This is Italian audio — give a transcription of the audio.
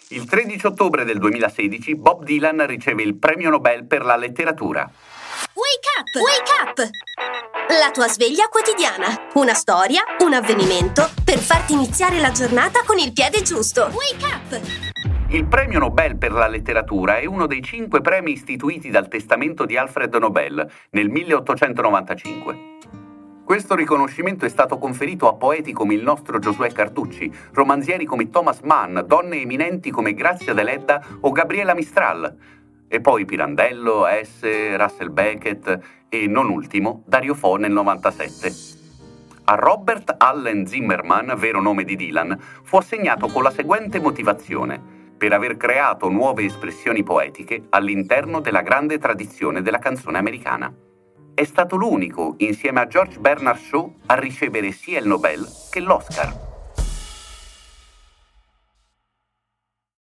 Il 13 ottobre del 2016 Bob Dylan riceve il premio Nobel per la letteratura. Wake up! La tua sveglia quotidiana. Una storia, un avvenimento per farti iniziare la giornata con il piede giusto. Wake up! Il premio Nobel per la letteratura è uno dei 5 premi istituiti dal testamento di Alfred Nobel nel 1895. Questo riconoscimento è stato conferito a poeti come il nostro Giosuè Carducci, romanzieri come Thomas Mann, donne eminenti come Grazia Deledda o Gabriela Mistral, e poi Pirandello, Hesse, Russell Beckett e, non ultimo, Dario Fo nel 97. A Robert Allen Zimmerman, vero nome di Dylan, fu assegnato con la seguente motivazione: per aver creato nuove espressioni poetiche all'interno della grande tradizione della canzone americana. È stato l'unico, insieme a George Bernard Shaw, a ricevere sia il Nobel che l'Oscar.